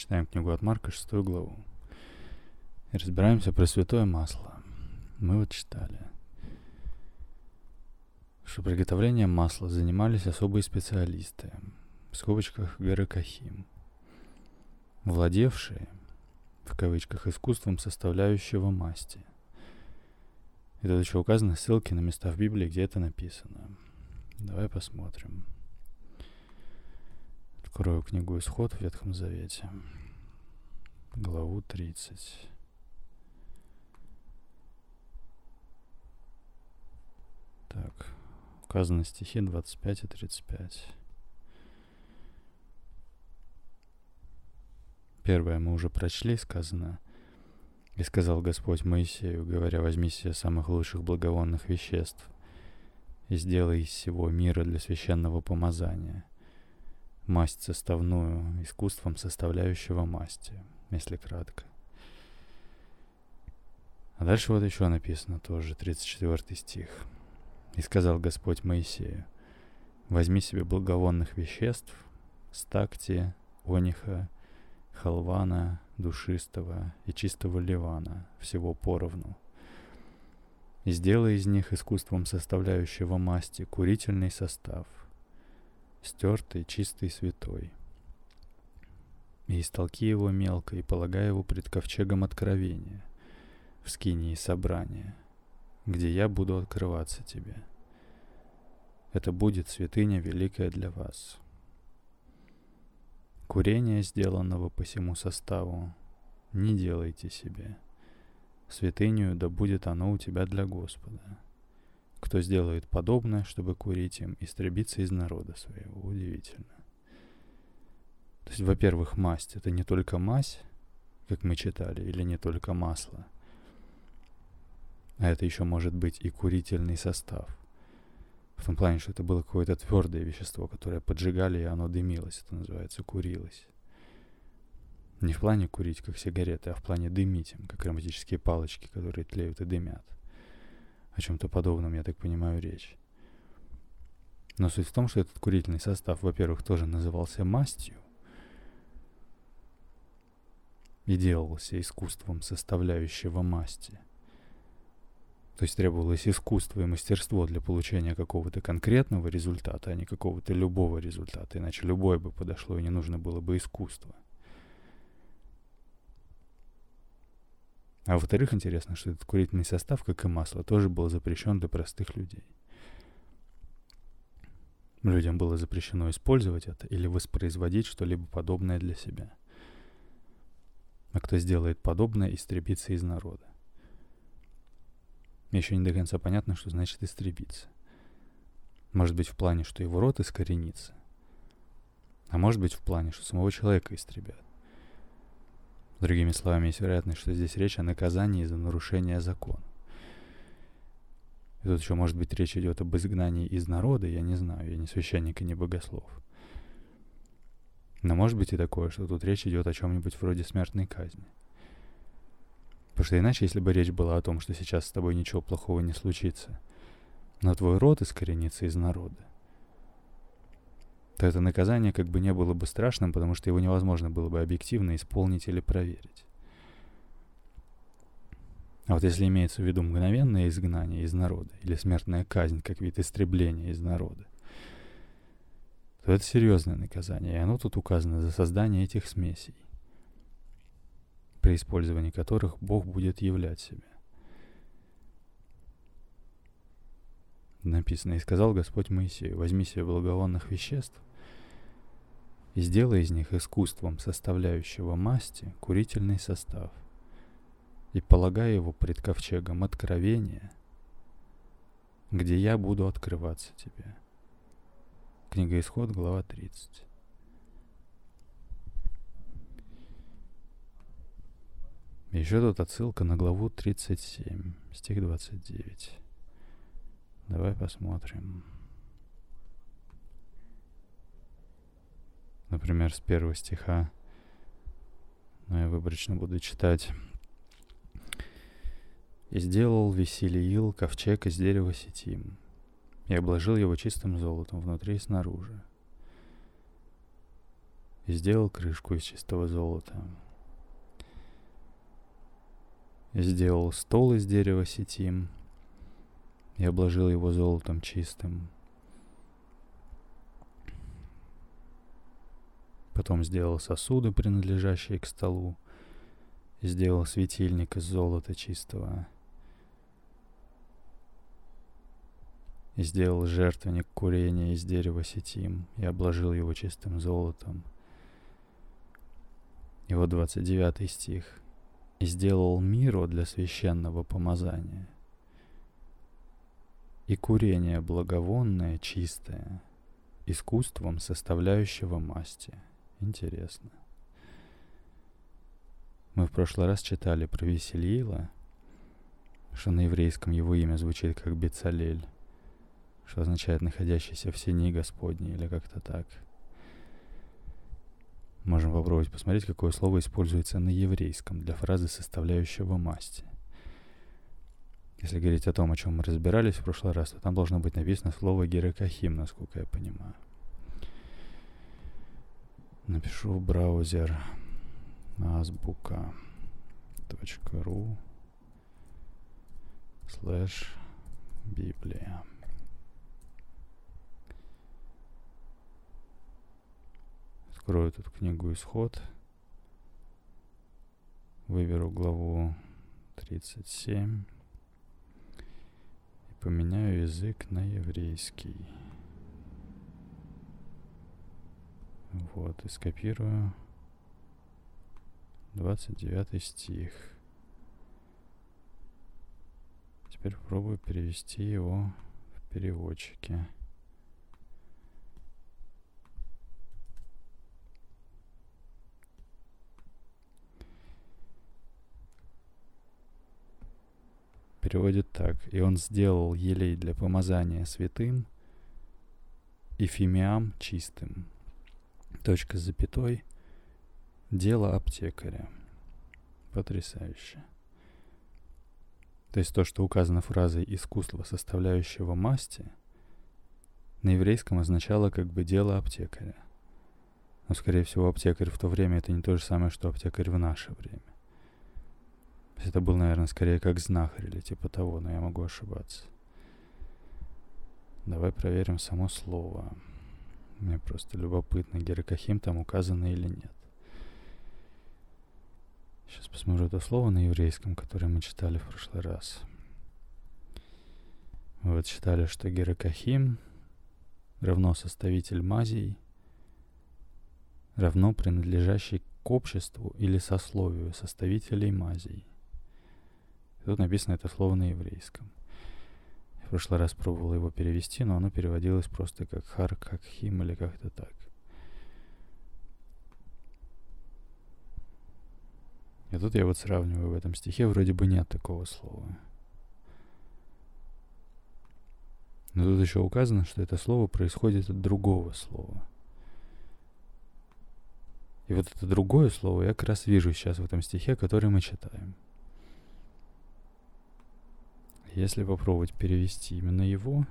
Читаем книгу от Марка, 6 главу. И разбираемся про святое масло. Мы вот читали, что приготовлением масла занимались особые специалисты, в скобочках Геракахим, владевшие, в кавычках, искусством составляющего масти. И тут еще указаны ссылки на места в Библии, где это написано. Давай посмотрим. Открою книгу Исход в Ветхом Завете, главу 30. Так, указаны стихи 25 и 35. Первое мы уже прочли, сказано: «И сказал Господь Моисею, говоря, возьми себе самых лучших благовонных веществ и сделай из всего мира для священного помазания масть составную, искусством составляющего масти», если кратко. А дальше вот еще написано тоже, 34 стих. «И сказал Господь Моисею, возьми себе благовонных веществ, стактия, ониха, халвана, душистого и чистого ливана, всего поровну, и сделай из них искусством составляющего масти курительный состав, стертый, чистый, святой. И истолки его мелко, и полагай его пред ковчегом откровения, в скинии собрания, где я буду открываться тебе. Это будет святыня великая для вас. Курение, сделанного по сему составу, не делайте себе. Святынью да будет оно у тебя для Господа. Кто сделает подобное, чтобы курить им, истребиться из народа своего». Удивительно. То есть, во-первых, масть — это не только мазь, как мы читали, или не только масло, а это еще может быть и курительный состав. В том плане, что это было какое-то твердое вещество, которое поджигали, и оно дымилось. Это называется курилось. Не в плане курить, как сигареты, а в плане дымить им, как ароматические палочки, которые тлеют и дымят. О чем-то подобном, я так понимаю, речь. Но суть в том, что этот курительный состав, во-первых, тоже назывался мастью и делался искусством составляющего масти. То есть требовалось искусство и мастерство для получения какого-то конкретного результата, а не какого-то любого результата, иначе любое бы подошло, и не нужно было бы искусства. А во-вторых, интересно, что этот курительный состав, как и масло, тоже был запрещен для простых людей. Людям было запрещено использовать это или воспроизводить что-либо подобное для себя. А кто сделает подобное, истребится из народа. Еще не до конца понятно, что значит истребиться. Может быть, в плане, что его род искоренится, а может быть, в плане, что самого человека истребят. Другими словами, есть вероятность, что здесь речь о наказании за нарушение закона. И тут еще, может быть, речь идет об изгнании из народа, я не знаю, я не священник и не богослов. Но может быть и такое, что тут речь идет о чем-нибудь вроде смертной казни. Потому что иначе, если бы речь была о том, что сейчас с тобой ничего плохого не случится, но твой род искоренится из народа, то это наказание как бы не было бы страшным, потому что его невозможно было бы объективно исполнить или проверить. А вот если имеется в виду мгновенное изгнание из народа или смертная казнь как вид истребления из народа, то это серьезное наказание, и оно тут указано за создание этих смесей, при использовании которых Бог будет являть себя. Написано: «И сказал Господь Моисею, возьми себе благовонных веществ и сделай из них искусством составляющего масти курительный состав, и полагай его пред ковчегом откровения, где я буду открываться тебе». Книга Исход, глава 30. Еще тут отсылка на главу 37, стих 29. Давай посмотрим. Например, с первого стиха, но я выборочно буду читать. «И сделал Весилиил ковчег из дерева ситим, и обложил его чистым золотом внутри и снаружи. и сделал крышку из чистого золота. И сделал стол из дерева ситим и обложил его золотом чистым. Потом сделал сосуды, принадлежащие к столу, и сделал светильник из золота чистого. И сделал жертвенник курения из дерева ситим и обложил его чистым золотом. И вот 29 стих. И сделал миру для священного помазания и курение благовонное, чистое, искусством составляющего масти. Интересно. Мы в прошлый раз читали про Весельила, что на еврейском его имя звучит как Бецалель, что означает «находящийся в сени Господней» или как-то так. Можем попробовать посмотреть, какое слово используется на еврейском для фразы «составляющего масти». Если говорить о том, о чем мы разбирались в прошлый раз, то там должно быть написано слово «герекахим», насколько я понимаю. Напишу в браузер azbuka.ru/Библия. Открою тут книгу «Исход». Выберу главу 37 и поменяю язык на еврейский. Вот, и скопирую 29 стих. Теперь попробую перевести его в переводчике. Переводит так. И он сделал елей для помазания святым и фимиам чистым. Точка с запятой. Дело аптекаря. Потрясающе. То есть то, что указано фразой «искусство составляющего масти», на еврейском означало как бы дело аптекаря. Но, скорее всего, аптекарь в то время это не то же самое, что аптекарь в наше время. То есть это был, наверное, скорее как знахарь или типа того, но я могу ошибаться. Давай проверим само слово. Мне просто любопытно, герекахим там указано или нет. Сейчас посмотрю это слово на еврейском, которое мы читали в прошлый раз. Мы вот читали, что герекахим равно составитель мазей, равно принадлежащий к обществу или сословию составителей мазей. И тут написано это слово на еврейском. Я в прошлый раз пробовал его перевести, но оно переводилось просто как хар, как хим или как-то так. И тут я вот сравниваю в этом стихе, вроде бы нет такого слова. Но тут еще указано, что это слово происходит от другого слова. И вот это другое слово я как раз вижу сейчас в этом стихе, который мы читаем. Если попробовать перевести именно его,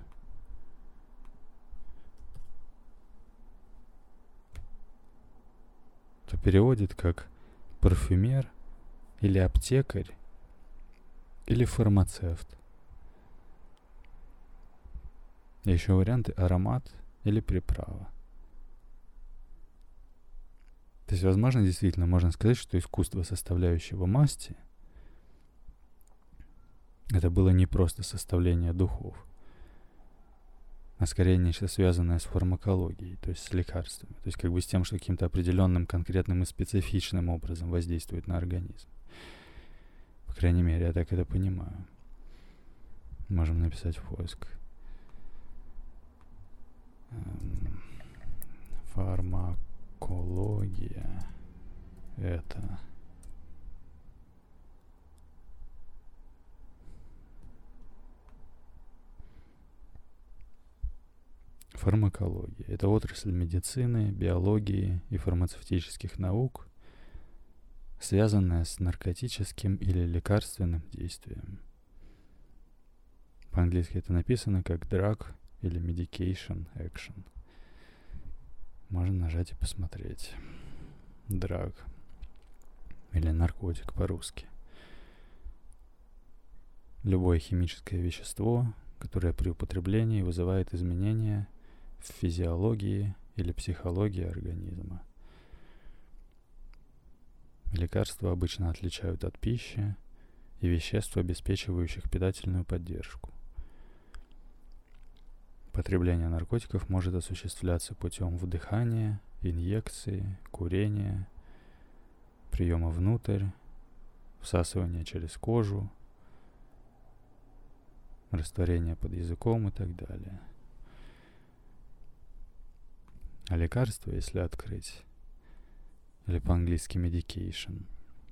то переводит как парфюмер или аптекарь или фармацевт. И еще варианты аромат или приправа. То есть, возможно, действительно можно сказать, что искусство составляющего масти это было не просто составление духов, а скорее нечто связанное с фармакологией, то есть с лекарствами, то есть как бы с тем, что каким-то определенным, конкретным и специфичным образом воздействует на организм. По крайней мере, я так это понимаю. Можем написать в поиск. Фармакология — это фармакология. Это отрасль медицины, биологии и фармацевтических наук, связанная с наркотическим или лекарственным действием. По-английски это написано как drug или medication action. Можно нажать и посмотреть. драг или наркотик по-русски. Любое химическое вещество, которое при употреблении вызывает изменения в физиологии или психологии организма. Лекарства обычно отличают от пищи и веществ, обеспечивающих питательную поддержку. Потребление наркотиков может осуществляться путем вдыхания, инъекции, курения, приема внутрь, всасывания через кожу, растворения под языком и так далее. А лекарство, если открыть, или по-английски medication,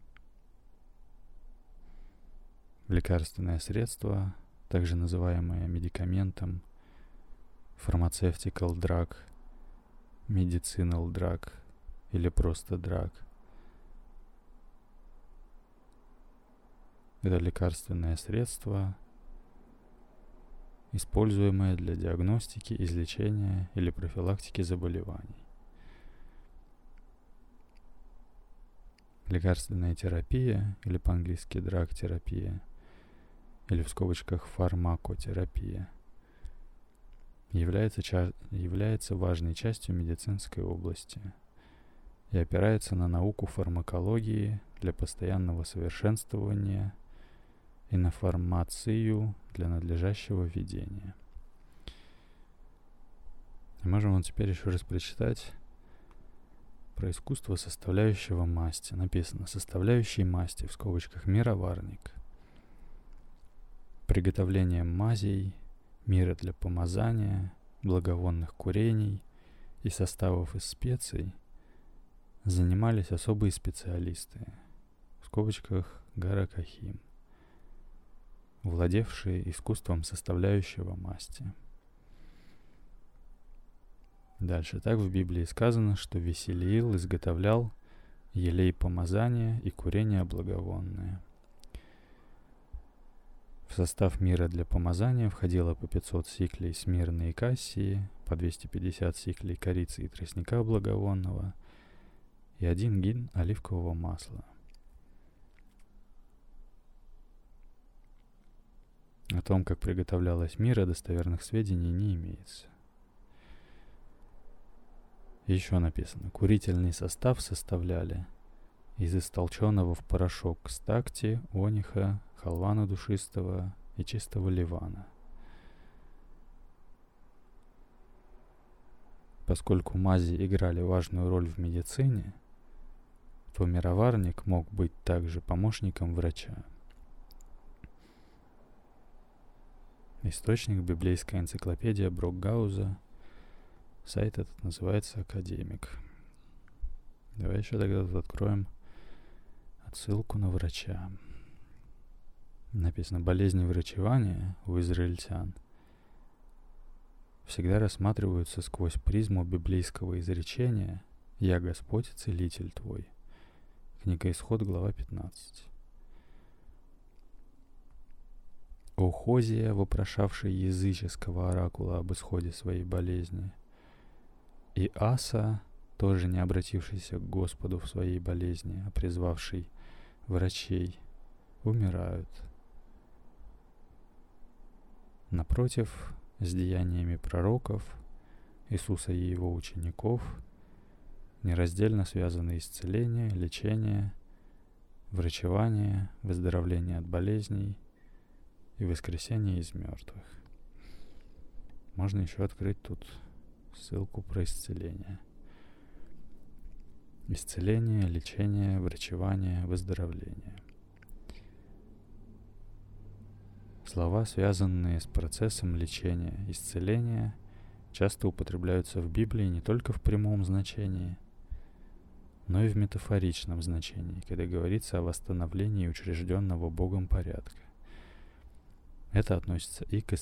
лекарственное средство, также называемое медикаментом, pharmaceutical drug, medicinal drug или просто drug. Это лекарственное средство, используемое для диагностики, излечения или профилактики заболеваний. Лекарственная терапия, или по-английски drug-терапия, или в скобочках фармакотерапия, является важной частью медицинской области и опирается на науку фармакологии для постоянного совершенствования и на фармацию для надлежащего ведения. И можем вот теперь еще раз прочитать про искусство составляющего масти. Написано: составляющие масти, в скобочках мироварник, приготовление мазей, мира для помазания, благовонных курений и составов из специй занимались особые специалисты, в скобочках гаракахим, владевшие искусством составляющего масти. Дальше. Так в Библии сказано, что Весилиил изготовлял елей помазания и курения благовонное. В состав мира для помазания входило по 500 сиклей смирны и кассии, по 250 сиклей корицы и тростника благовонного и 1 гин оливкового масла. О том, как приготовлялась мира, достоверных сведений не имеется. Еще написано: курительный состав составляли из истолченного в порошок стакти, ониха, халвана душистого и чистого ливана. Поскольку мази играли важную роль в медицине, то мироварник мог быть также помощником врача. Источник — библейская энциклопедия Брокгауза. Сайт этот называется «Академик». Давай еще тогда тут откроем отсылку на врача. Написано: болезни врачевания у израильтян всегда рассматриваются сквозь призму библейского изречения «Я Господь, целитель твой». Книга Исход, глава 15. Охозия, вопрошавший языческого оракула об исходе своей болезни, и Аса, тоже не обратившийся к Господу в своей болезни, а призвавший врачей, умирают. Напротив, с деяниями пророков, Иисуса и его учеников нераздельно связаны исцеление, лечение, врачевание, выздоровление от болезней и воскресение из мертвых. Можно еще открыть тут ссылку про исцеление. Исцеление, лечение, врачевание, выздоровление. Слова, связанные с процессом лечения, исцеления, часто употребляются в Библии не только в прямом значении, но и в метафоричном значении, когда говорится о восстановлении учрежденного Богом порядка. Это относится и к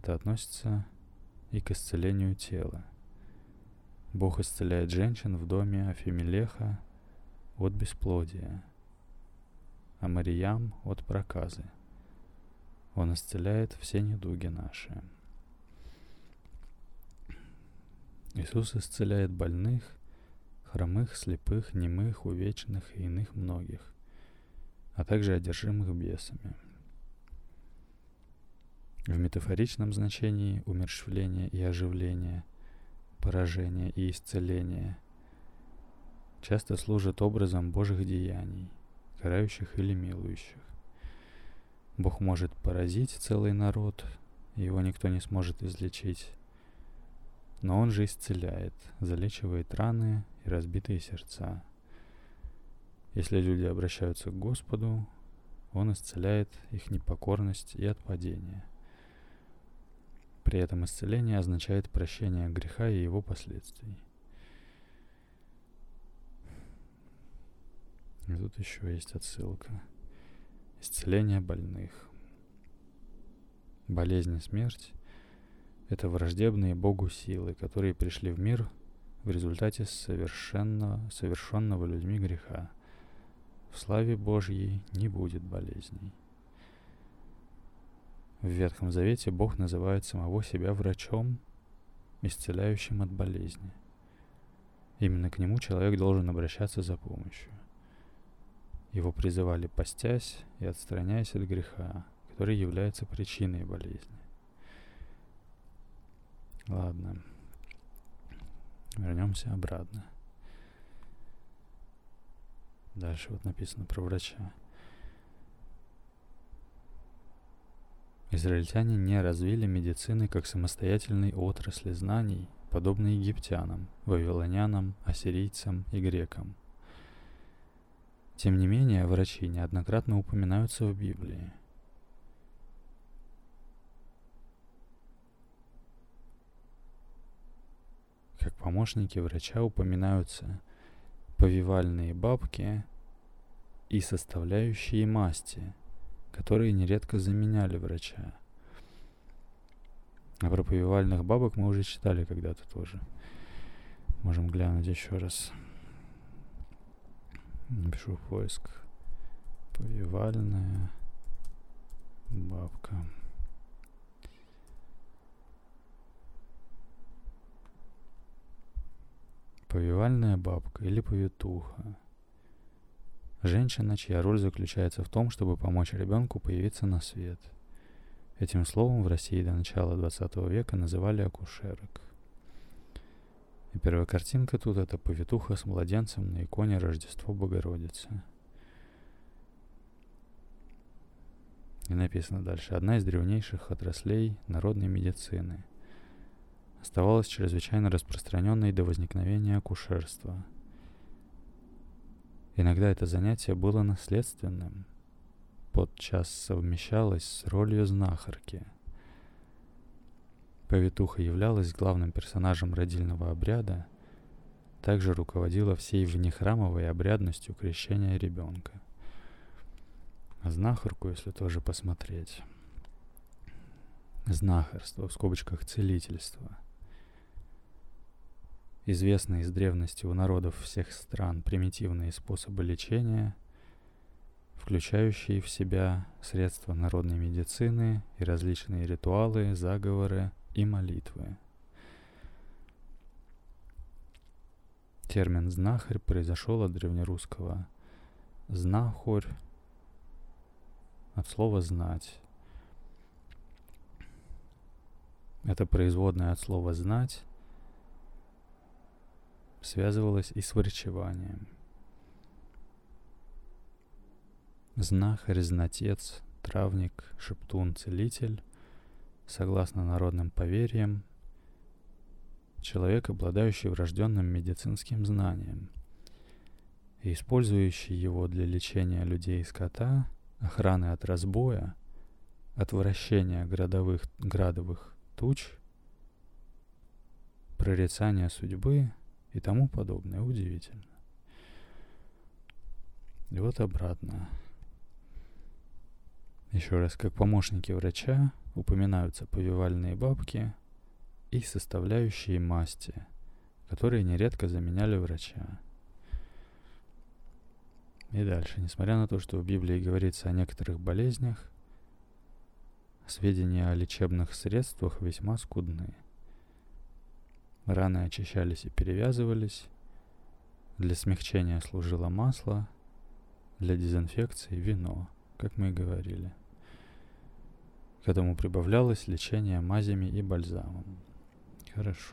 исцелению тела. Бог исцеляет женщин в доме Афимелеха от бесплодия, а Мариям от проказы. Он исцеляет все недуги наши. Иисус исцеляет больных, хромых, слепых, немых, увечных и иных многих, а также одержимых бесами. В метафоричном значении умерщвление и оживление, поражение и исцеление часто служат образом Божьих деяний, карающих или милующих. Бог может поразить целый народ, и его никто не сможет излечить, но Он же исцеляет, залечивает раны и разбитые сердца. Если люди обращаются к Господу, Он исцеляет их непокорность и отпадение. При этом исцеление означает прощение греха и его последствий. И тут еще есть отсылка. Исцеление больных. Болезнь и смерть — это враждебные Богу силы, которые пришли в мир в результате совершенного людьми греха. В славе Божьей не будет болезней. В Ветхом Завете Бог называет самого себя врачом, исцеляющим от болезни. Именно к Нему человек должен обращаться за помощью. Его призывали постясь и отстраняясь от греха, который является причиной болезни. Ладно, вернемся обратно. Дальше вот написано про врача. Израильтяне не развили медицины как самостоятельной отрасли знаний, подобно египтянам, вавилонянам, ассирийцам и грекам. Тем не менее, врачи неоднократно упоминаются в Библии. Как помощники врача упоминаются повивальные бабки и составляющие масти, которые нередко заменяли врача. А про повивальных бабок мы уже читали когда-то тоже. Можем глянуть еще раз. Напишу в поиск. Повивальная бабка. Повивальная бабка или повитуха. Женщина, чья роль заключается в том, чтобы помочь ребенку появиться на свет. Этим словом в России до начала 20 века называли акушерок. И первая картинка тут — это повитуха с младенцем на иконе Рождество Богородицы. И написано дальше. Одна из древнейших отраслей народной медицины. Оставалась чрезвычайно распространенной до возникновения акушерства. Иногда это занятие было наследственным. Подчас совмещалось с ролью знахарки. Повитуха являлась главным персонажем родильного обряда, также руководила всей внехрамовой обрядностью крещения ребенка. А знахарку, если тоже посмотреть. Знахарство, в скобочках целительство. Известные из древности у народов всех стран примитивные способы лечения, включающие в себя средства народной медицины и различные ритуалы, заговоры и молитвы. Термин «знахарь» произошел от древнерусского «знахорь», от слова «знать». Это производное от слова «знать» связывалось и с врачеванием. Знахарь, знатец, травник, шептун, целитель, согласно народным поверьям, человек, обладающий врожденным медицинским знанием и использующий его для лечения людей и скота, охраны от разбоя, отвращения градовых туч, прорицания судьбы и тому подобное. Удивительно. И вот обратно. Еще раз, как помощники врача упоминаются повивальные бабки и составляющие масти, которые нередко заменяли врача. И дальше. Несмотря на то, что в Библии говорится о некоторых болезнях, сведения о лечебных средствах весьма скудны. Раны очищались и перевязывались, Для смягчения служило масло, для дезинфекции вино, как мы и говорили. К этому прибавлялось лечение мазями и бальзамом. Хорошо.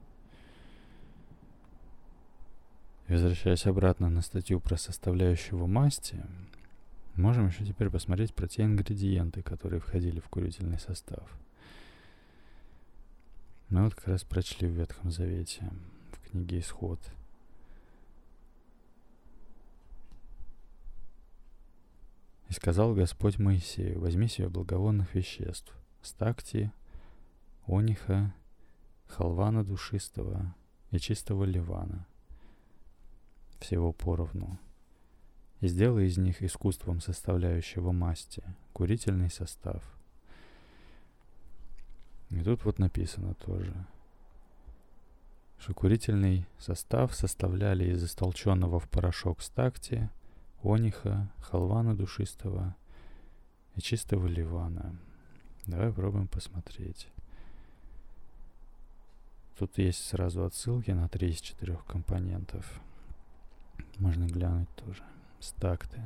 Возвращаясь обратно на статью про составляющего масти, можем еще теперь посмотреть про те ингредиенты, которые входили в курительный состав. Мы вот как раз прочли в Ветхом Завете, в книге Исход. «И сказал Господь Моисею: возьми себе благовонных веществ, стакти, ониха, халвана душистого и чистого ливана, всего поровну, и сделай из них искусством составляющего масти курительный состав». И тут вот написано тоже, что курительный состав составляли из истолченного в порошок стакти, ониха, халвана душистого и чистого ливана. Давай пробуем посмотреть. Тут есть сразу отсылки на 3 из 4 компонентов. Можно глянуть тоже. Стакты.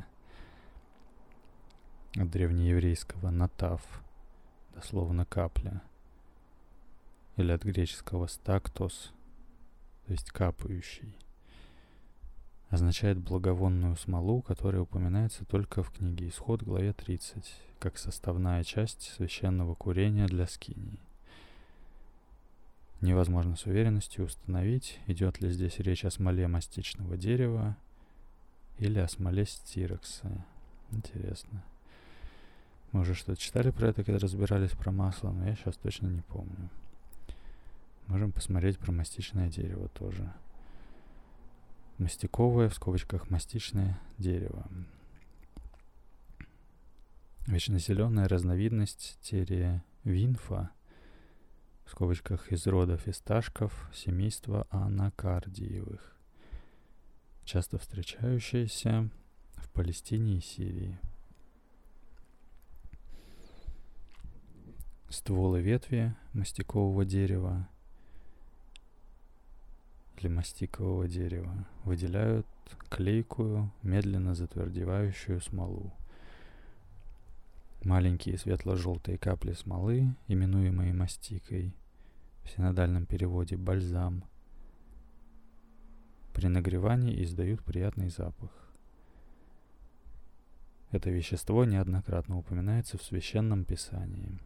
От древнееврейского натав, дословно капля. Или от греческого стактос, то есть капающий. Означает благовонную смолу, которая упоминается только в книге Исход, главе 30, как составная часть священного курения для скинии. Невозможно с уверенностью установить, идет ли здесь речь о смоле мастичного дерева или о смоле стирокса. Интересно. Мы уже что-то читали про это, когда разбирались про масло, но я сейчас точно не помню. Можем посмотреть про мастичное дерево тоже. Мастиковое, в скобочках мастичное дерево. Вечнозеленая разновидность теревинфа, в скобочках из рода фисташков, семейства анакардиевых, часто встречающаяся в Палестине и Сирии. Стволы ветви мастикового дерева или мастикового дерева выделяют клейкую, медленно затвердевающую смолу. Маленькие светло-желтые капли смолы, именуемые мастикой, в синодальном переводе бальзам, при нагревании издают приятный запах. Это вещество неоднократно упоминается в Священном Писании.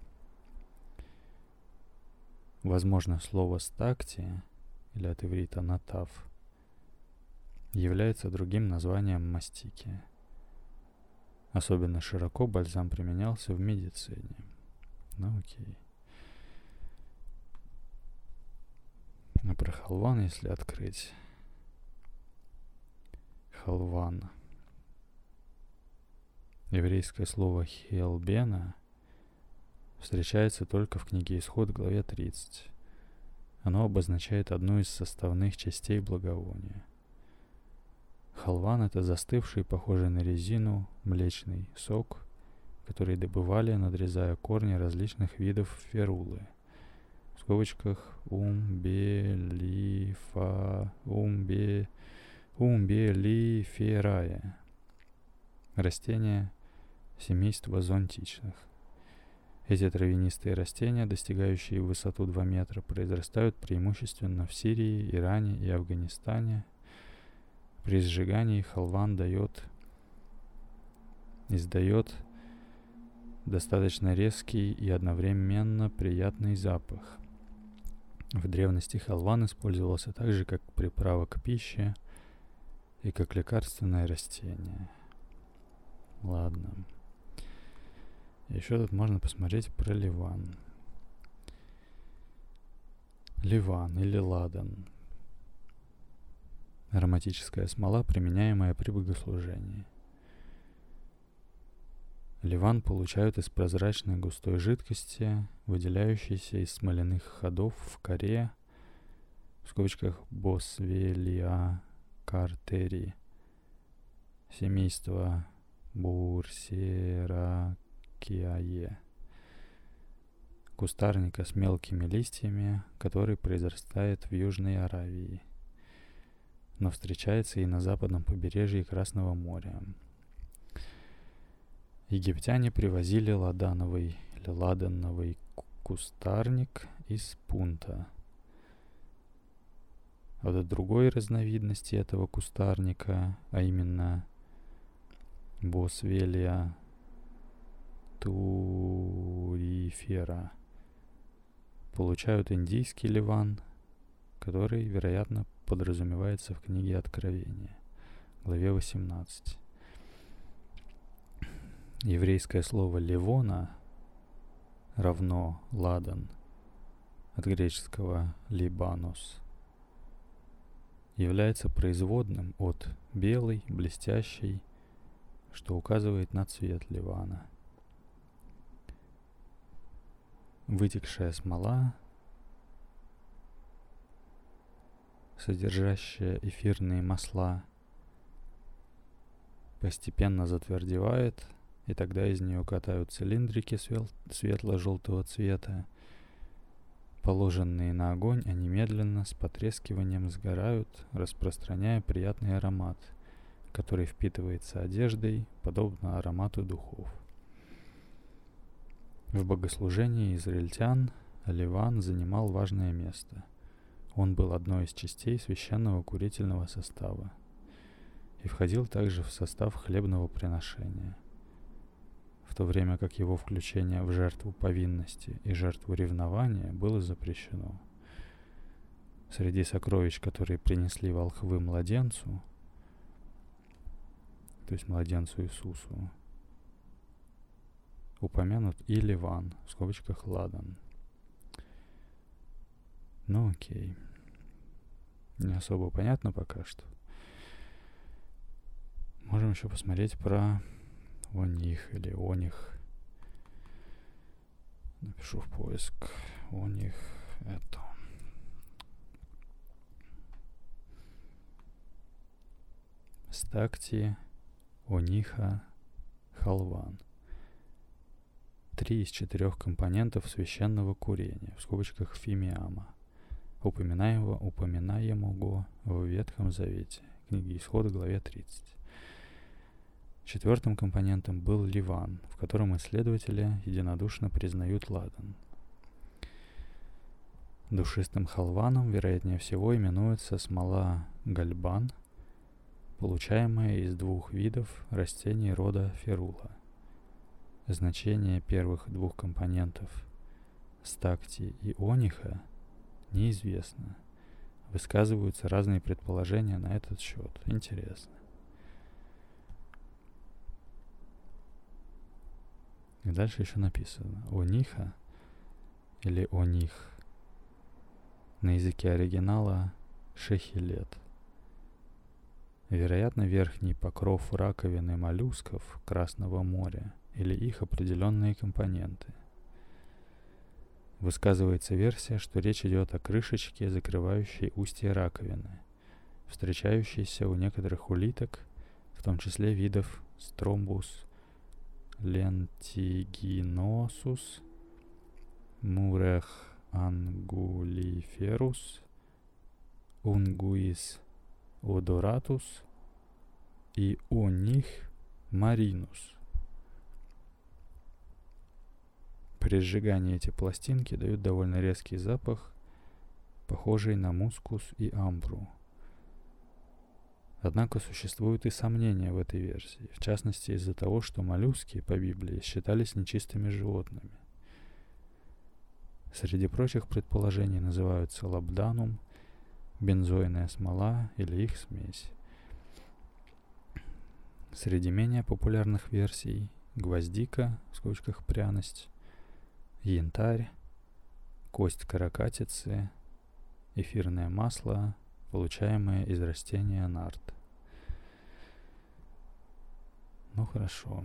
Возможно, слово «стакти» или от иврита «натав» является другим названием мастики. Особенно широко бальзам применялся в медицине. Ну окей. А про халван, если открыть. Халван. Еврейское слово «хелбена» встречается только в книге Исход, главе 30. Оно обозначает одну из составных частей благовония. Халван — это застывший, похожий на резину, млечный сок, который добывали, надрезая корни различных видов ферулы. В скобочках умбелиферае. Растения семейства зонтичных. Эти травянистые растения, достигающие высоту 2 метра, произрастают преимущественно в Сирии, Иране и Афганистане. При сжигании халван издает достаточно резкий и одновременно приятный запах. В древности халван использовался также как приправа к пище и как лекарственное растение. Ладно. Еще тут можно посмотреть про ливан. Ливан или ладан. Ароматическая смола, применяемая при богослужении. Ливан получают из прозрачной густой жидкости, выделяющейся из смоляных ходов в коре, в скобочках Boswellia carteri, семейства Burseraceae, кустарника с мелкими листьями, который произрастает в Южной Аравии. но встречается и на западном побережье Красного моря. Египтяне привозили ладановый или ладановый кустарник из Пунта. А вот от другой разновидности этого кустарника, а именно Boswellia турифера, получают индийский ливан, который, вероятно, подразумевается в книге Откровения, главе 18. Еврейское слово «ливона» равно «ладан» от греческого «либанос» является производным от белый, блестящий, что указывает на цвет ливана. Вытекшая смола, содержащая эфирные масла, постепенно затвердевает, и тогда из нее катают цилиндрики светло-желтого цвета. Положенные на огонь, они медленно с потрескиванием сгорают, распространяя приятный аромат, который впитывается одеждой, подобно аромату духов. В богослужении израильтян ливан занимал важное место. Он был одной из частей священного курительного состава и входил также в состав хлебного приношения, в то время как его включение в жертву повинности и жертву ревнования было запрещено. Среди сокровищ, которые принесли волхвы младенцу, то есть младенцу Иисусу, упомянут и ливан, в скобочках ладан. Ну окей. Не особо понятно пока что. Можем еще посмотреть про оних или оних. Напишу в поиск. Оних это. Стакти, ониха, халван. 3 из 4 компонентов священного курения, в скобочках фимиама, упоминаемого в Ветхом Завете, книге Исход, главе 30. 4-м компонентом был ливан, в котором исследователи единодушно признают ладан. Душистым халваном, вероятнее всего, именуется смола гальбан, получаемая из 2 видов растений рода ферула. Значение первых 2 компонентов стакти и ониха неизвестно. Высказываются разные предположения на этот счет. Интересно. И дальше еще написано ониха или оних на языке оригинала шехилет. Вероятно, верхний покров раковины моллюсков Красного моря или их определенные компоненты. Высказывается версия, что речь идет о крышечке, закрывающей устье раковины, встречающейся у некоторых улиток, в том числе видов стромбус лентигиносус, мурех ангулиферус, унгуис одоратус и оних маринус. При сжигании эти пластинки дают довольно резкий запах, похожий на мускус и амбру. Однако существуют и сомнения в этой версии, в частности из-за того, что моллюски по Библии считались нечистыми животными. Среди прочих предположений называются лабданум, бензойная смола или их смесь. Среди менее популярных версий гвоздика, в скобочках пряность, янтарь, кость каракатицы, эфирное масло, получаемое из растения нарт. Ну хорошо.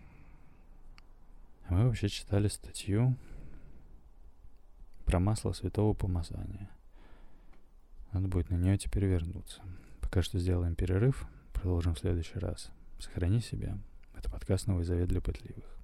Мы вообще читали статью про масло святого помазания. Надо будет на нее теперь вернуться. Пока что сделаем перерыв. Продолжим в следующий раз. Сохрани себя. Это подкаст «Новый завет для пытливых».